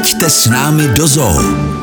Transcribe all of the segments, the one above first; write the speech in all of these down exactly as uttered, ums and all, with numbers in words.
Pojďte s námi do zoo.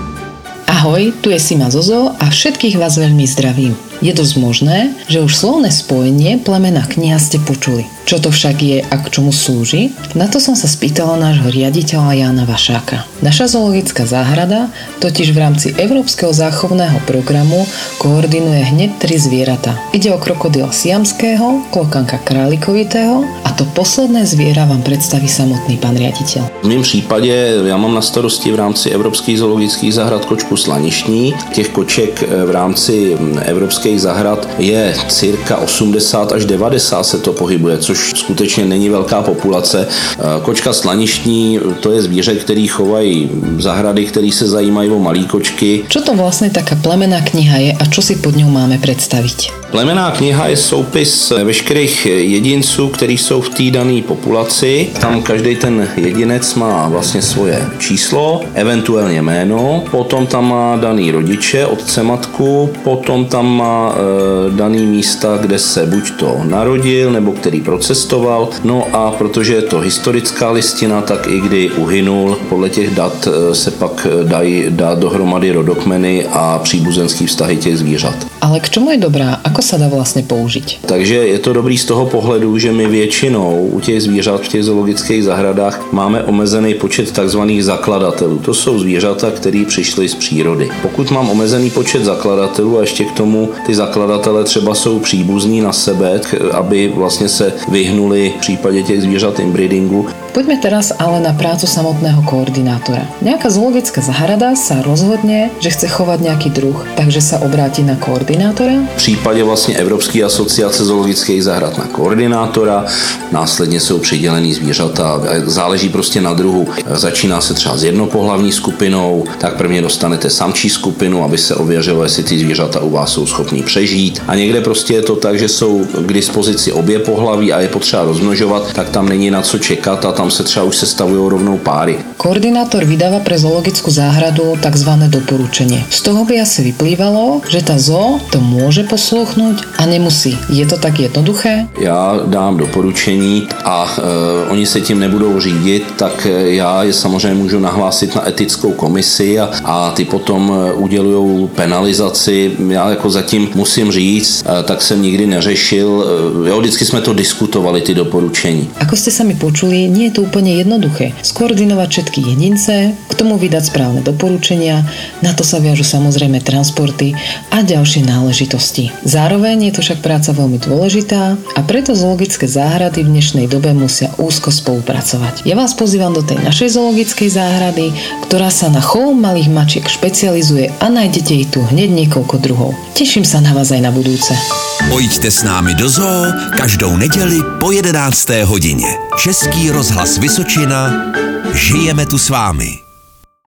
Ahoj, tu je Sima zo zoo a všetkých vás veľmi zdravím. Je dosť možné, že už slovné spojenie Plemenná kniha ste počuli. Čo to však je a k čomu slúži? Na to som sa spýtala nášho riaditeľa Jána Vašáka. Naša zoologická záhrada totiž v rámci Európskeho záchovného programu koordinuje hneď tri zvieratá. Ide o krokodíla siamského, klokanka králikovitého a to posledné zviera vám predstaví samotný pán riaditeľ. V mém případě já mám na starosti v rámci Evropských zoologických zahrad kočku slaništní. Těch koček v rámci Evropských zahrad je cirka osmdesát až devadesát se to pohybuje, což skutečně není velká populace. Kočka slaništní, to je zvíře, který chovají zahrady, který se zajímají o malý kočky. Čo to vlastně taká plemenná kniha je a čo si pod ňou máme představit? Plemenná kniha je soupis veškerých jedinců, kteří jsou v té dané populaci. Tam každý ten jedinec má vlastně svoje číslo, eventuálně jméno, potom tam má daný rodiče, otce, matku, potom tam má e, daný místa, kde se buď to narodil, nebo který procestoval. No a protože je to historická listina, tak i kdy uhynul, podle těch dat e, se pak dají dát dohromady rodokmeny a příbuzenský vztahy těch zvířat. Ale k čemu je dobrá? Ako sa dá vlastně použiť? Takže je to dobrý z toho pohledu, že my většinou u těch zvířat v těch zoologických zahradách máme omezený počet takzvaných zakladatelů. To jsou zvířata, které přišly z přírody. Pokud mám omezený počet zakladatelů a ještě k tomu ty zakladatele třeba jsou příbuzní na sebe, aby vlastně se vyhnuli v případě těch zvířat inbreedingu. Poďme teraz ale na prácu samotného koordinátora. Nejaká zoologická zahrada sa rozhodne, že chce chovať nejaký druh, takže sa obráti na koordinátora? V případě vlastně Evropské asociace zoologických zahrad na koordinátora, následně jsou přidělený zvířata, záleží prostě na druhu. Začíná se třeba s jednopohlavní skupinou, tak prvně dostanete samčí skupinu, aby se ověřilo, jestli ty zvířata u vás jsou schopní přežít. A někde prostě je to tak, že jsou k dispozici obě pohlaví a je potřeba rozmnožovat, tak tam není na co čekat a tam se třeba už sestavují rovnou páry. Koordinátor vydáva pre zoologickú záhradu tzv. Doporučenie. Z toho by asi vyplývalo, že tá zoo to môže poslouchnout a nemusí. Je to tak jednoduché? Já dám doporučení a e, oni se tím nebudou řídit, tak já je samozřejmě můžu nahlásit na etickou komisi a, a ty potom udělujou penalizaci. Já jako zatím musím říct, e, tak jsem nikdy neřešil. E, jo, vždycky jsme to diskutovali, ty doporučení. Ako ste sami počuli, nie je to úplne jednoduché. Skoordinovať všetky jedince, k tomu vydať správne doporučenia, na to sa viažu samozrejme transporty a ďalšie náležitosti. Zároveň je to však práca veľmi dôležitá a preto zoologické záhrady v dnešnej dobe musia úzko spolupracovať. Ja vás pozývam do tej našej zoologickej záhrady, ktorá sa na chov malých mačiek špecializuje a nájdete ich tu hneď niekoľko druhov. Teším sa na vás aj na budúce. Pojďte s námi do zoo každou neděli po jedenácté hodině. Český rozhlas Vysočina. Žijeme tu s vámi.